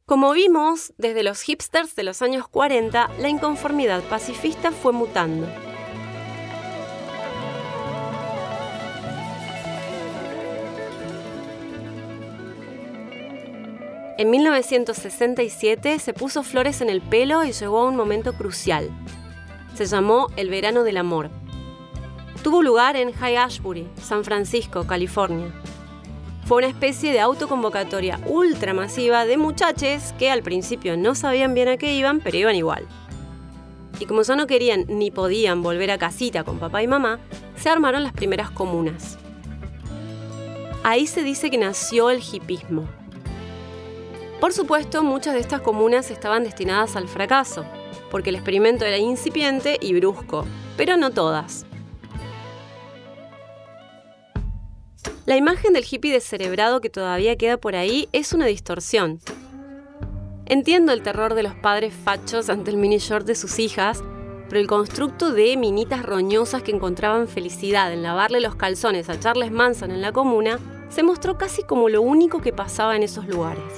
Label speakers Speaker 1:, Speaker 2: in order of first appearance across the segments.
Speaker 1: Como vimos, desde los hipsters de los años 40, la inconformidad pacifista fue mutando. En 1967 se puso flores en el pelo y llegó a un momento crucial. Se llamó el Verano del Amor. Tuvo lugar en High Ashbury, San Francisco, California. Fue una especie de autoconvocatoria ultramasiva de muchachos que al principio no sabían bien a qué iban, pero iban igual. Y como ya no querían ni podían volver a casita con papá y mamá, se armaron las primeras comunas. Ahí se dice que nació el hipismo. Por supuesto, muchas de estas comunas estaban destinadas al fracaso, porque el experimento era incipiente y brusco, pero no todas. La imagen del hippie descerebrado que todavía queda por ahí es una distorsión. Entiendo el terror de los padres fachos ante el mini short de sus hijas, pero el constructo de minitas roñosas que encontraban felicidad en lavarle los calzones a Charles Manson en la comuna se mostró casi como lo único que pasaba en esos lugares.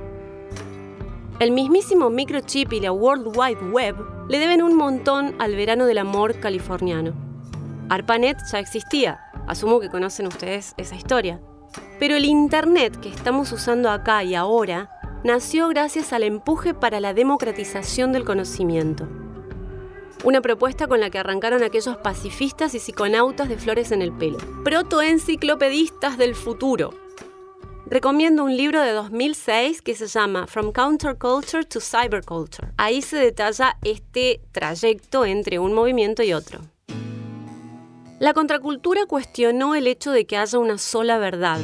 Speaker 1: El mismísimo microchip y la World Wide Web le deben un montón al verano del amor californiano. ARPANET ya existía. Asumo que conocen ustedes esa historia. Pero el Internet que estamos usando acá y ahora nació gracias al empuje para la democratización del conocimiento. Una propuesta con la que arrancaron aquellos pacifistas y psiconautas de flores en el pelo. Protoenciclopedistas del futuro. Recomiendo un libro de 2006 que se llama From Counterculture to Cyberculture. Ahí se detalla este trayecto entre un movimiento y otro. La contracultura cuestionó el hecho de que haya una sola verdad.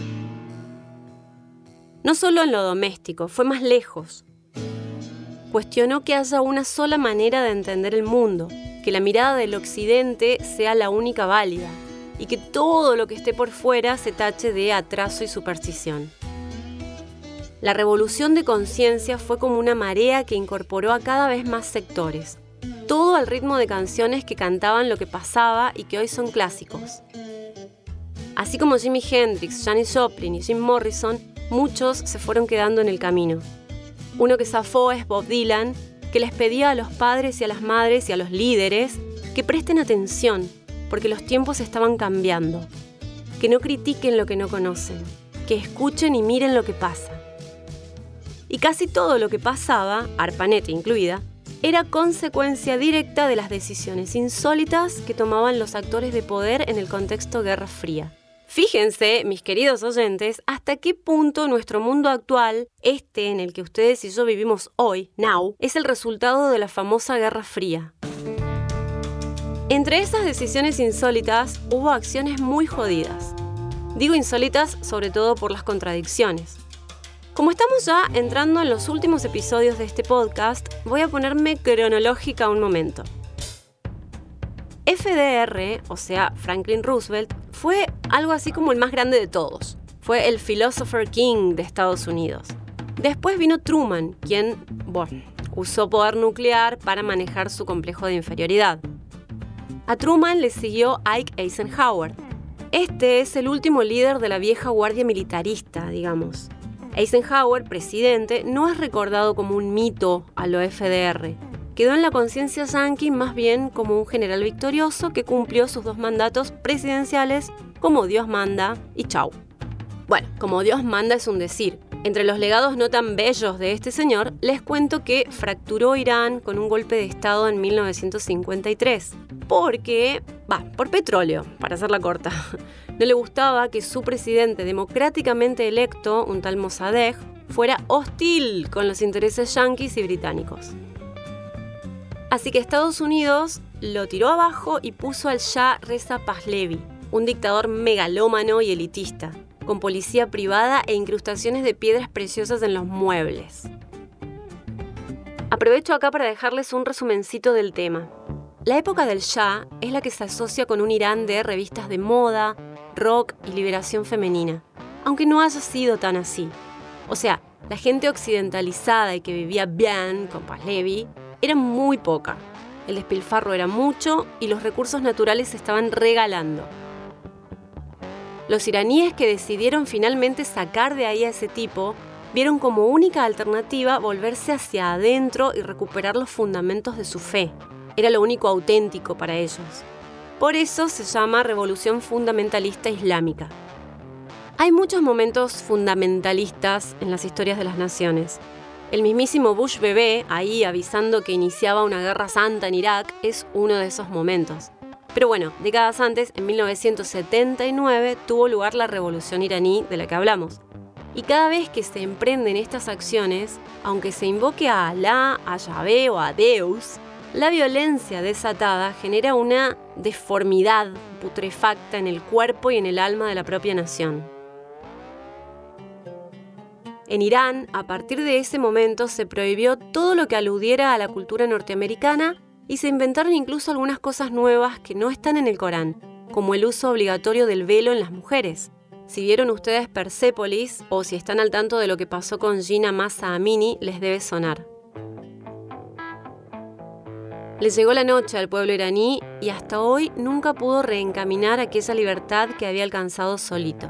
Speaker 1: No solo en lo doméstico, fue más lejos. Cuestionó que haya una sola manera de entender el mundo, que la mirada del occidente sea la única válida y que todo lo que esté por fuera se tache de atraso y superstición. La revolución de conciencia fue como una marea que incorporó a cada vez más sectores. Todo al ritmo de canciones que cantaban lo que pasaba y que hoy son clásicos. Así como Jimi Hendrix, Janis Joplin y Jim Morrison, muchos se fueron quedando en el camino. Uno que zafó es Bob Dylan, que les pedía a los padres y a las madres y a los líderes que presten atención, porque los tiempos estaban cambiando. Que no critiquen lo que no conocen, que escuchen y miren lo que pasa. Y casi todo lo que pasaba, ARPANET incluida, era consecuencia directa de las decisiones insólitas que tomaban los actores de poder en el contexto Guerra Fría. Fíjense, mis queridos oyentes, hasta qué punto nuestro mundo actual, en el que ustedes y yo vivimos hoy, now, es el resultado de la famosa Guerra Fría. Entre esas decisiones insólitas hubo acciones muy jodidas. Digo insólitas sobre todo por las contradicciones. Como estamos ya entrando en los últimos episodios de este podcast, voy a ponerme cronológica un momento. FDR, o sea, Franklin Roosevelt, fue algo así como el más grande de todos. Fue el Philosopher King de Estados Unidos. Después vino Truman, quien, usó poder nuclear para manejar su complejo de inferioridad. A Truman le siguió Ike Eisenhower. Este es el último líder de la vieja guardia militarista, digamos. Eisenhower, presidente, no es recordado como un mito a lo FDR. Quedó en la conciencia yanqui más bien como un general victorioso que cumplió sus 2 mandatos presidenciales como Dios manda y chau. Bueno, como Dios manda es un decir. Entre los legados no tan bellos de este señor, les cuento que fracturó Irán con un golpe de estado en 1953. Por petróleo, para hacerla corta. No le gustaba que su presidente democráticamente electo, un tal Mossadegh, fuera hostil con los intereses yanquis y británicos. Así que Estados Unidos lo tiró abajo y puso al Shah Reza Pahlavi, un dictador megalómano y elitista, con policía privada e incrustaciones de piedras preciosas en los muebles. Aprovecho acá para dejarles un resumencito del tema. La época del Shah es la que se asocia con un Irán de revistas de moda, rock y liberación femenina, aunque no haya sido tan así. O sea, la gente occidentalizada y que vivía bien con Pahlavi era muy poca. El despilfarro era mucho y los recursos naturales se estaban regalando. Los iraníes que decidieron finalmente sacar de ahí a ese tipo vieron como única alternativa volverse hacia adentro y recuperar los fundamentos de su fe. Era lo único auténtico para ellos. Por eso se llama Revolución Fundamentalista Islámica. Hay muchos momentos fundamentalistas en las historias de las naciones. El mismísimo Bush bebé, ahí avisando que iniciaba una guerra santa en Irak, es uno de esos momentos. Pero bueno, décadas antes, en 1979, tuvo lugar la revolución iraní de la que hablamos. Y cada vez que se emprenden estas acciones, aunque se invoque a Alá, a Yahvé o a Deus, la violencia desatada genera una deformidad putrefacta en el cuerpo y en el alma de la propia nación. En Irán, a partir de ese momento, se prohibió todo lo que aludiera a la cultura norteamericana y se inventaron incluso algunas cosas nuevas que no están en el Corán, como el uso obligatorio del velo en las mujeres. Si vieron ustedes Persépolis o si están al tanto de lo que pasó con Gina Mahsa Amini, les debe sonar. Le llegó la noche al pueblo iraní y hasta hoy nunca pudo reencaminar aquella libertad que había alcanzado solito.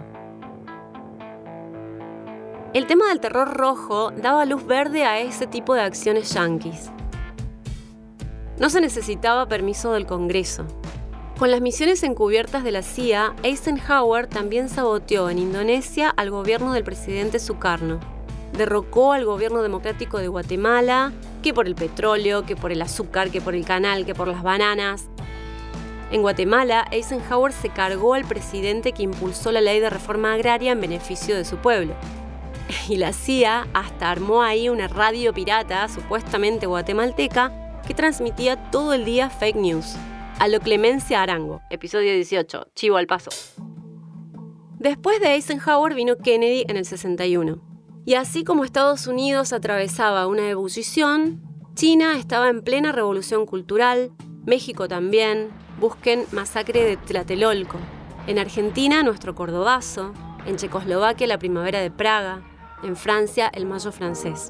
Speaker 1: El tema del terror rojo daba luz verde a ese tipo de acciones yanquis. No se necesitaba permiso del Congreso. Con las misiones encubiertas de la CIA, Eisenhower también saboteó en Indonesia al gobierno del presidente Sukarno. Derrocó al gobierno democrático de Guatemala, que por el petróleo, que por el azúcar, que por el canal, que por las bananas. En Guatemala, Eisenhower se cargó al presidente que impulsó la ley de reforma agraria en beneficio de su pueblo. Y la CIA hasta armó ahí una radio pirata, supuestamente guatemalteca, que transmitía todo el día fake news. A lo Clemencia Arango, episodio 18, Chivo al paso. Después de Eisenhower vino Kennedy en el 61. Y así como Estados Unidos atravesaba una ebullición, China estaba en plena revolución cultural, México también, busquen masacre de Tlatelolco. En Argentina, nuestro Cordobazo, en Checoslovaquia, la primavera de Praga, en Francia, el mayo francés.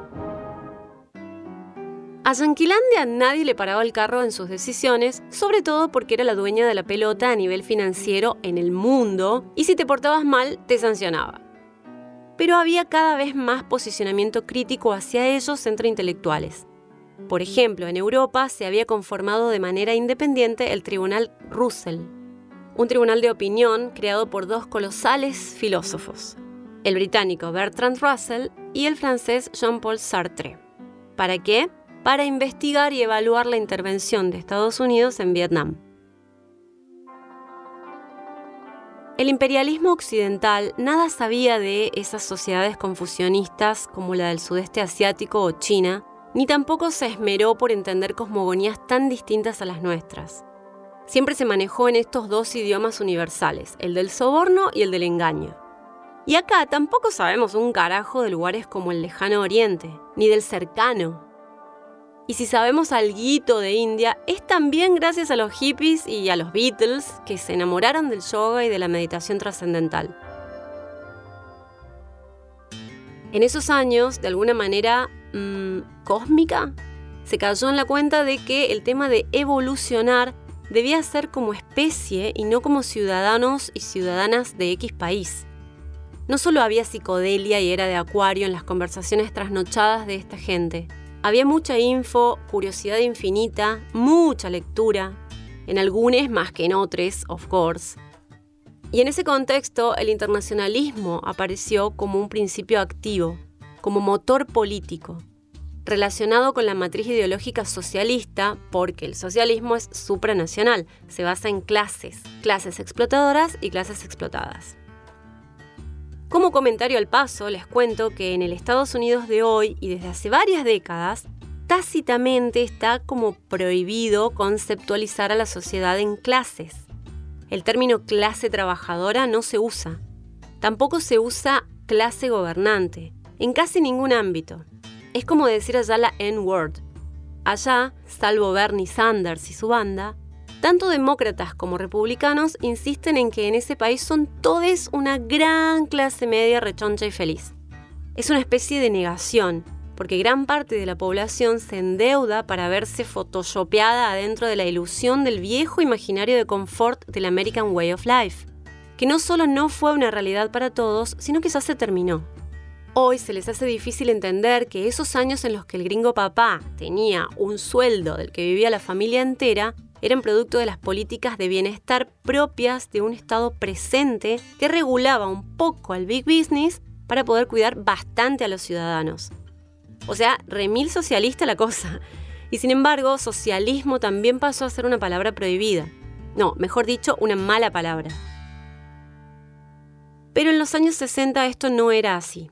Speaker 1: A Yanquilandia nadie le paraba el carro en sus decisiones, sobre todo porque era la dueña de la pelota a nivel financiero en el mundo y si te portabas mal, te sancionaba. Pero había cada vez más posicionamiento crítico hacia ellos entre intelectuales. Por ejemplo, en Europa se había conformado de manera independiente el Tribunal Russell, un tribunal de opinión creado por dos colosales filósofos, el británico Bertrand Russell y el francés Jean-Paul Sartre. ¿Para qué? Para investigar y evaluar la intervención de Estados Unidos en Vietnam. El imperialismo occidental nada sabía de esas sociedades confusionistas como la del sudeste asiático o China, ni tampoco se esmeró por entender cosmogonías tan distintas a las nuestras. Siempre se manejó en estos dos idiomas universales, el del soborno y el del engaño. Y acá tampoco sabemos un carajo de lugares como el lejano oriente, ni del cercano. Y si sabemos alguito de India, es también gracias a los hippies y a los Beatles que se enamoraron del yoga y de la meditación trascendental. En esos años, de alguna manera cósmica, se cayó en la cuenta de que el tema de evolucionar debía ser como especie y no como ciudadanos y ciudadanas de X país. No solo había psicodelia y era de acuario en las conversaciones trasnochadas de esta gente. Había mucha info, curiosidad infinita, mucha lectura, en algunos más que en otros, of course. Y en ese contexto, el internacionalismo apareció como un principio activo, como motor político, relacionado con la matriz ideológica socialista, porque el socialismo es supranacional, se basa en clases explotadoras y clases explotadas. Como comentario al paso, les cuento que en el Estados Unidos de hoy y desde hace varias décadas, tácitamente está como prohibido conceptualizar a la sociedad en clases. El término clase trabajadora no se usa. Tampoco se usa clase gobernante, en casi ningún ámbito. Es como decir allá la N-word. Allá, salvo Bernie Sanders y su banda, tanto demócratas como republicanos insisten en que en ese país son todos una gran clase media rechoncha y feliz. Es una especie de negación, porque gran parte de la población se endeuda para verse photoshopeada adentro de la ilusión del viejo imaginario de confort del American Way of Life, que no solo no fue una realidad para todos, sino que ya se terminó. Hoy se les hace difícil entender que esos años en los que el gringo papá tenía un sueldo del que vivía la familia entera eran producto de las políticas de bienestar propias de un Estado presente que regulaba un poco al big business para poder cuidar bastante a los ciudadanos. O sea, remil socialista la cosa. Y sin embargo, socialismo también pasó a ser una palabra prohibida. No, mejor dicho, una mala palabra. Pero en los años 60 esto no era así.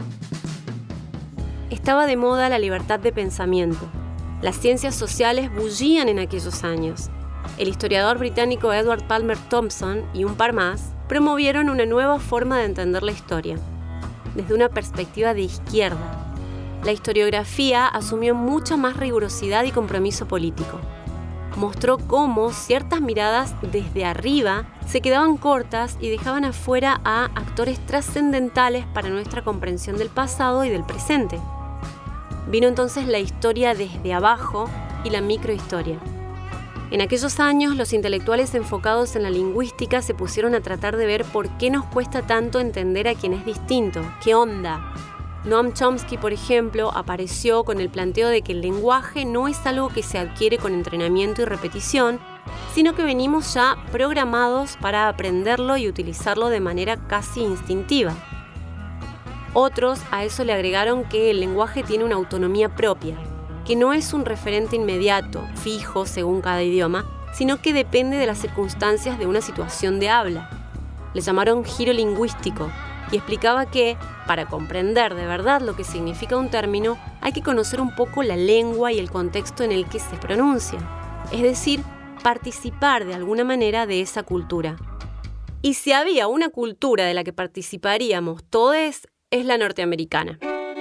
Speaker 1: Estaba de moda la libertad de pensamiento. Las ciencias sociales bullían en aquellos años. El historiador británico Edward Palmer Thompson y un par más promovieron una nueva forma de entender la historia, desde una perspectiva de izquierda. La historiografía asumió mucha más rigurosidad y compromiso político. Mostró cómo ciertas miradas desde arriba se quedaban cortas y dejaban afuera a actores trascendentales para nuestra comprensión del pasado y del presente. Vino entonces la historia desde abajo y la microhistoria. En aquellos años, los intelectuales enfocados en la lingüística se pusieron a tratar de ver por qué nos cuesta tanto entender a quien es distinto, qué onda. Noam Chomsky, por ejemplo, apareció con el planteo de que el lenguaje no es algo que se adquiere con entrenamiento y repetición, sino que venimos ya programados para aprenderlo y utilizarlo de manera casi instintiva. Otros a eso le agregaron que el lenguaje tiene una autonomía propia, que no es un referente inmediato, fijo según cada idioma, sino que depende de las circunstancias de una situación de habla. Le llamaron giro lingüístico y explicaba que, para comprender de verdad lo que significa un término, hay que conocer un poco la lengua y el contexto en el que se pronuncia, es decir, participar de alguna manera de esa cultura. Y si había una cultura de la que participaríamos todos, es la norteamericana.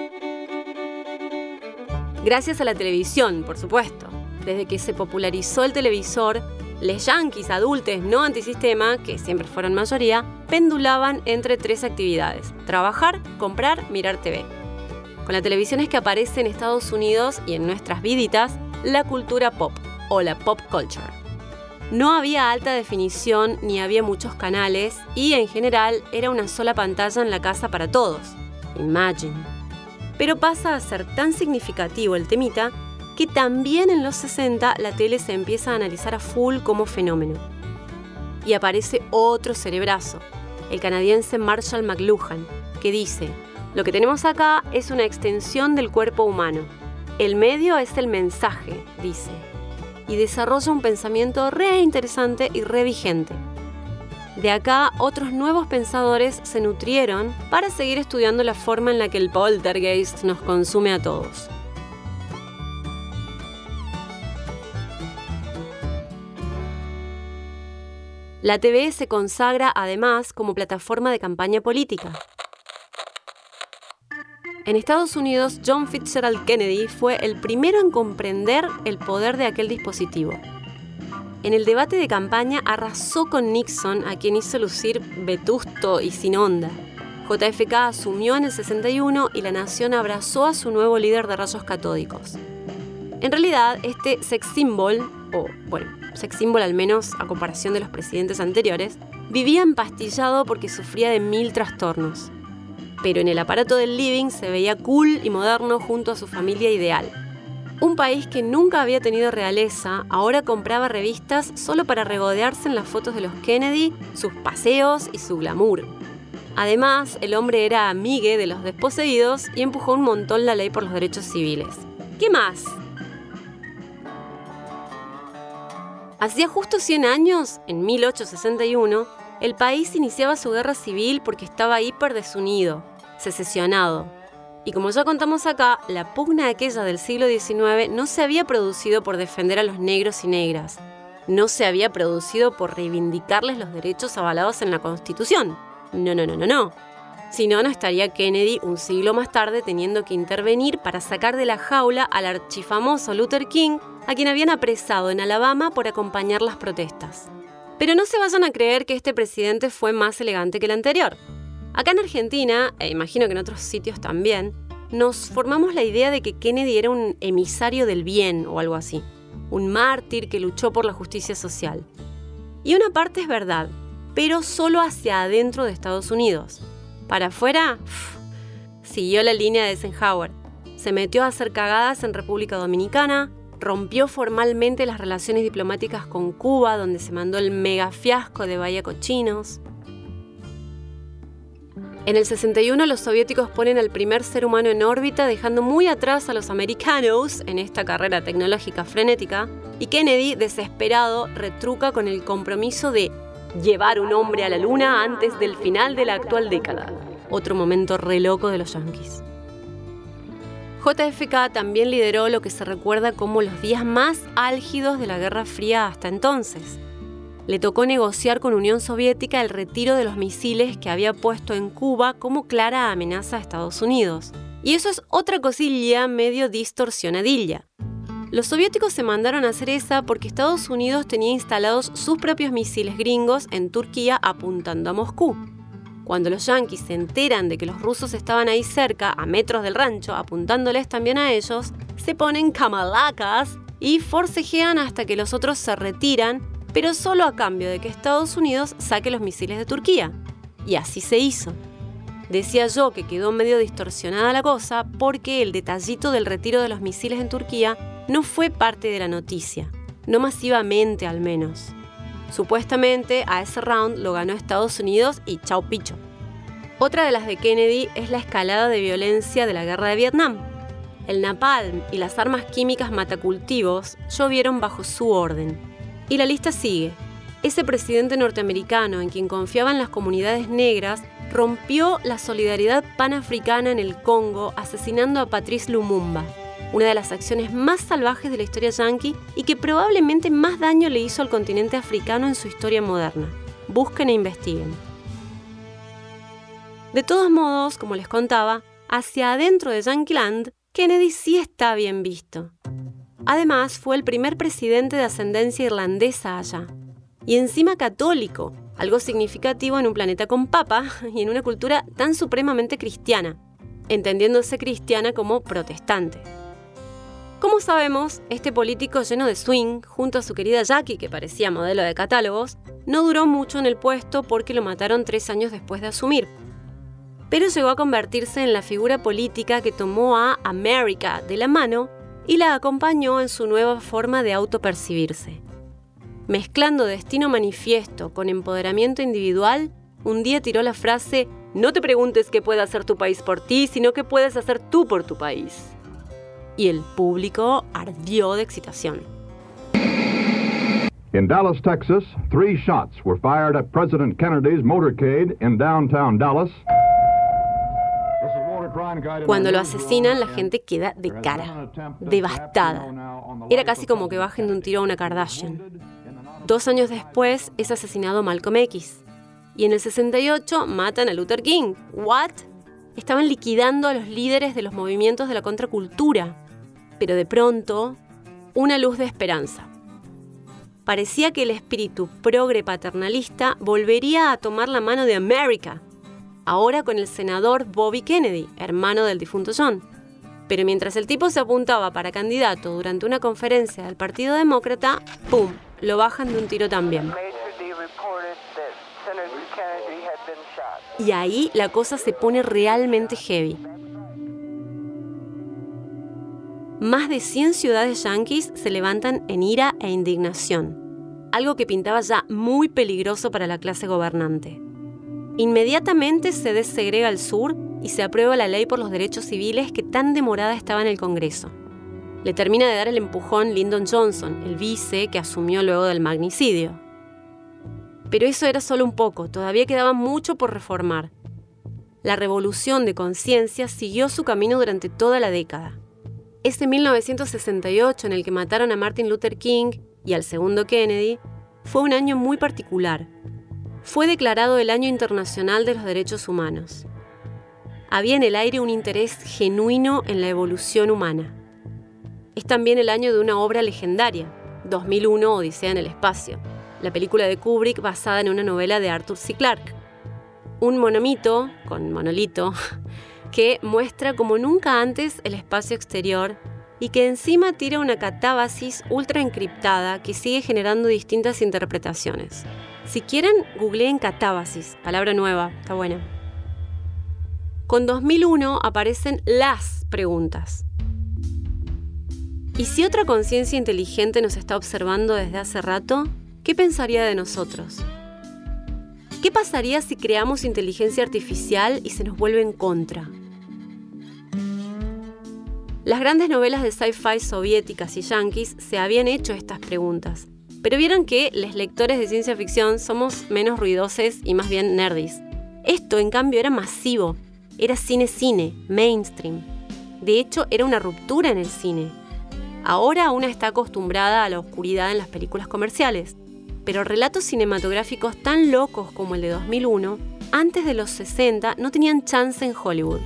Speaker 1: Gracias a la televisión, por supuesto. Desde que se popularizó el televisor, les yanquis adultos no antisistema, que siempre fueron mayoría, pendulaban entre 3 actividades: trabajar, comprar, mirar TV. Con la televisión es que aparece en Estados Unidos y en nuestras viditas la cultura pop o la pop culture. No había alta definición ni había muchos canales y en general era una sola pantalla en la casa para todos. Imagine. Pero pasa a ser tan significativo el temita que también en los 60 la tele se empieza a analizar a full como fenómeno. Y aparece otro cerebrazo, el canadiense Marshall McLuhan, que dice: lo que tenemos acá es una extensión del cuerpo humano. El medio es el mensaje, dice. Y desarrolla un pensamiento re interesante y re vigente. De acá, otros nuevos pensadores se nutrieron para seguir estudiando la forma en la que el poltergeist nos consume a todos. La TV se consagra además como plataforma de campaña política. En Estados Unidos, John Fitzgerald Kennedy fue el primero en comprender el poder de aquel dispositivo. En el debate de campaña arrasó con Nixon, a quien hizo lucir vetusto y sin onda. JFK asumió en el 61 y la nación abrazó a su nuevo líder de rayos catódicos. En realidad, este sex symbol, sex symbol al menos a comparación de los presidentes anteriores, vivía empastillado porque sufría de 1000 trastornos. Pero en el aparato del living se veía cool y moderno junto a su familia ideal. Un país que nunca había tenido realeza, ahora compraba revistas solo para regodearse en las fotos de los Kennedy, sus paseos y su glamour. Además, el hombre era amigue de los desposeídos y empujó un montón la ley por los derechos civiles. ¿Qué más? Hacía justo 100 años, en 1861, el país iniciaba su guerra civil porque estaba hiper desunido, secesionado. Y como ya contamos acá, la pugna aquella del siglo XIX no se había producido por defender a los negros y negras. No se había producido por reivindicarles los derechos avalados en la Constitución. No. Si no, no estaría Kennedy un siglo más tarde teniendo que intervenir para sacar de la jaula al archifamoso Luther King, a quien habían apresado en Alabama por acompañar las protestas. Pero no se vayan a creer que este presidente fue más elegante que el anterior. Acá en Argentina, e imagino que en otros sitios también, nos formamos la idea de que Kennedy era un emisario del bien o algo así, un mártir que luchó por la justicia social. Y una parte es verdad, pero solo hacia adentro de Estados Unidos. Para afuera, siguió la línea de Eisenhower. Se metió a hacer cagadas en República Dominicana, rompió formalmente las relaciones diplomáticas con Cuba, donde se mandó el mega fiasco de Bahía Cochinos. En el 61 los soviéticos ponen al primer ser humano en órbita, dejando muy atrás a los americanos en esta carrera tecnológica frenética, y Kennedy, desesperado, retruca con el compromiso de llevar un hombre a la luna antes del final de la actual década. Otro momento re loco de los yanquis. JFK también lideró lo que se recuerda como los días más álgidos de la Guerra Fría hasta entonces. Le tocó negociar con Unión Soviética el retiro de los misiles que había puesto en Cuba como clara amenaza a Estados Unidos. Y eso es otra cosilla medio distorsionadilla. Los soviéticos se mandaron a hacer esa porque Estados Unidos tenía instalados sus propios misiles gringos en Turquía apuntando a Moscú. Cuando los yanquis se enteran de que los rusos estaban ahí cerca, a metros del rancho, apuntándoles también a ellos, se ponen camalacas y forcejean hasta que los otros se retiran, pero solo a cambio de que Estados Unidos saque los misiles de Turquía. Y así se hizo. Decía yo que quedó medio distorsionada la cosa porque el detallito del retiro de los misiles en Turquía no fue parte de la noticia, no masivamente al menos. Supuestamente a ese round lo ganó Estados Unidos y chau picho. Otra de las de Kennedy es la escalada de violencia de la guerra de Vietnam. El napalm y las armas químicas matacultivos llovieron bajo su orden. Y la lista sigue. Ese presidente norteamericano en quien confiaban las comunidades negras rompió la solidaridad panafricana en el Congo asesinando a Patrice Lumumba, una de las acciones más salvajes de la historia yanqui y que probablemente más daño le hizo al continente africano en su historia moderna. Busquen e investiguen. De todos modos, como les contaba, hacia adentro de Yanquiland, Kennedy sí está bien visto. Además, fue el primer presidente de ascendencia irlandesa allá. Y encima católico, algo significativo en un planeta con papa y en una cultura tan supremamente cristiana, entendiéndose cristiana como protestante. Como sabemos, este político lleno de swing, junto a su querida Jackie, que parecía modelo de catálogos, no duró mucho en el puesto porque lo mataron 3 años después de asumir. Pero llegó a convertirse en la figura política que tomó a América de la mano y la acompañó en su nueva forma de autopercibirse. Mezclando destino manifiesto con empoderamiento individual, un día tiró la frase: "No te preguntes qué puede hacer tu país por ti, sino qué puedes hacer tú por tu país". Y el público ardió de excitación.
Speaker 2: In Dallas, Texas, 3 shots were fired at President Kennedy's motorcade in downtown Dallas.
Speaker 1: Cuando lo asesinan, la gente queda de cara, devastada. Era casi como que bajen de un tiro a una Kardashian. 2 años después es asesinado Malcolm X. Y en el 68 matan a Luther King. ¿What? Estaban liquidando a los líderes de los movimientos de la contracultura. Pero de pronto, una luz de esperanza. Parecía que el espíritu progre paternalista volvería a tomar la mano de América, ahora con el senador Bobby Kennedy, hermano del difunto John. Pero mientras el tipo se apuntaba para candidato durante una conferencia del Partido Demócrata, ¡pum!, lo bajan de un tiro también. Y ahí la cosa se pone realmente heavy. Más de 100 ciudades yanquis se levantan en ira e indignación, algo que pintaba ya muy peligroso para la clase gobernante. Inmediatamente se desegrega el sur y se aprueba la ley por los derechos civiles que tan demorada estaba en el Congreso. Le termina de dar el empujón Lyndon Johnson, el vice que asumió luego del magnicidio. Pero eso era solo un poco, todavía quedaba mucho por reformar. La revolución de conciencia siguió su camino durante toda la década. Ese 1968 en el que mataron a Martin Luther King y al segundo Kennedy fue un año muy particular. Fue declarado el Año Internacional de los Derechos Humanos. Había en el aire un interés genuino en la evolución humana. Es también el año de una obra legendaria, 2001, Odisea en el espacio, la película de Kubrick basada en una novela de Arthur C. Clarke. Un monomito, con monolito, que muestra como nunca antes el espacio exterior y que encima tira una catábasis ultra encriptada que sigue generando distintas interpretaciones. Si quieren, googleen catábasis, palabra nueva, está buena. Con 2001 aparecen las preguntas. ¿Y si otra conciencia inteligente nos está observando desde hace rato? ¿Qué pensaría de nosotros? ¿Qué pasaría si creamos inteligencia artificial y se nos vuelve en contra? Las grandes novelas de sci-fi soviéticas y yanquis se habían hecho estas preguntas, pero vieron que los lectores de ciencia ficción somos menos ruidosos y más bien nerdis. Esto, en cambio, era masivo, era cine, mainstream. De hecho, era una ruptura en el cine. Ahora una está acostumbrada a la oscuridad en las películas comerciales, pero relatos cinematográficos tan locos como el de 2001, antes de los 60, no tenían chance en Hollywood.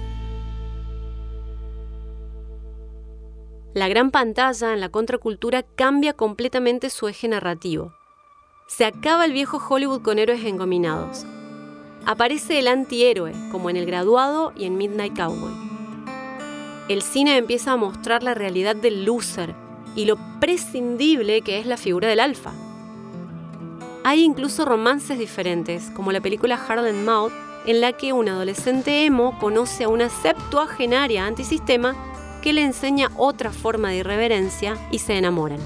Speaker 1: La gran pantalla en la contracultura cambia completamente su eje narrativo. Se acaba el viejo Hollywood con héroes engominados. Aparece el antihéroe, como en El Graduado y en Midnight Cowboy. El cine empieza a mostrar la realidad del loser y lo prescindible que es la figura del alfa. Hay incluso romances diferentes, como la película Harold and Maude, en la que un adolescente emo conoce a una septuagenaria antisistema que le enseña otra forma de irreverencia y se enamoran.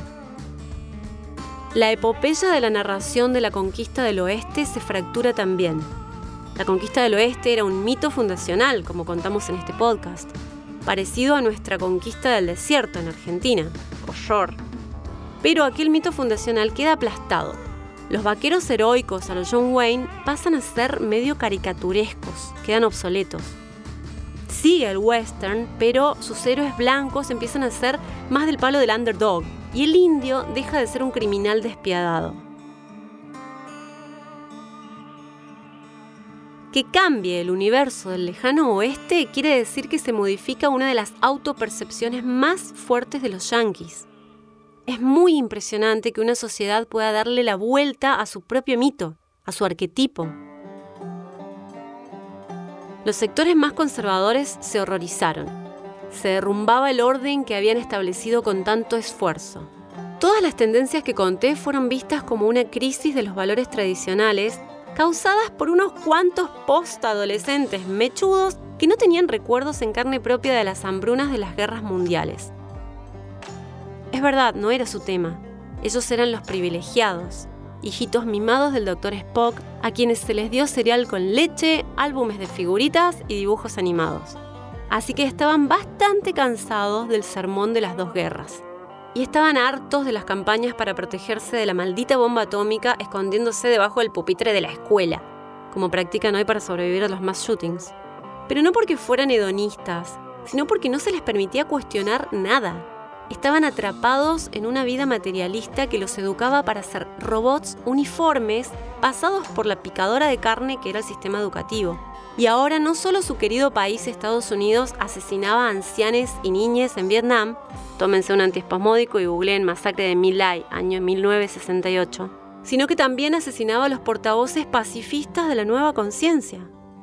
Speaker 1: La epopeya de la narración de la conquista del oeste se fractura también. La conquista del oeste era un mito fundacional, como contamos en este podcast, parecido a nuestra conquista del desierto en Argentina, horror. Pero aquel mito fundacional queda aplastado. Los vaqueros heroicos a los John Wayne pasan a ser medio caricaturescos, quedan obsoletos. Sigue el western, pero sus héroes blancos empiezan a ser más del palo del underdog, y el indio deja de ser un criminal despiadado. Que cambie el universo del lejano oeste quiere decir que se modifica una de las autopercepciones más fuertes de los yanquis. Es muy impresionante que una sociedad pueda darle la vuelta a su propio mito, a su arquetipo. Los sectores más conservadores se horrorizaron. Se derrumbaba el orden que habían establecido con tanto esfuerzo. Todas las tendencias que conté fueron vistas como una crisis de los valores tradicionales causadas por unos cuantos post-adolescentes mechudos que no tenían recuerdos en carne propia de las hambrunas de las guerras mundiales. Es verdad, no era su tema. Ellos eran los privilegiados, hijitos mimados del Dr. Spock, a quienes se les dio cereal con leche, álbumes de figuritas y dibujos animados. Así que estaban bastante cansados del sermón de las dos guerras. Y estaban hartos de las campañas para protegerse de la maldita bomba atómica escondiéndose debajo del pupitre de la escuela, como practican hoy para sobrevivir a los mass shootings. Pero no porque fueran hedonistas, sino porque no se les permitía cuestionar nada. Estaban atrapados en una vida materialista que los educaba para ser robots uniformes pasados por la picadora de carne que era el sistema educativo. Y ahora no solo su querido país, Estados Unidos, asesinaba a ancianes y niñas en Vietnam, tómense un antiespasmódico y googleen Masacre de My Lai, año 1968, sino que también asesinaba a los portavoces pacifistas de la nueva conciencia.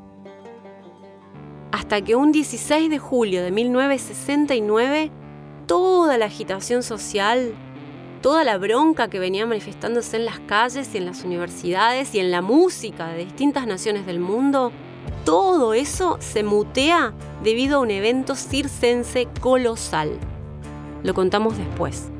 Speaker 1: Hasta que un 16 de julio de 1969, toda la agitación social, toda la bronca que venía manifestándose en las calles y en las universidades y en la música de distintas naciones del mundo, todo eso se mutea debido a un evento circense colosal. Lo contamos después.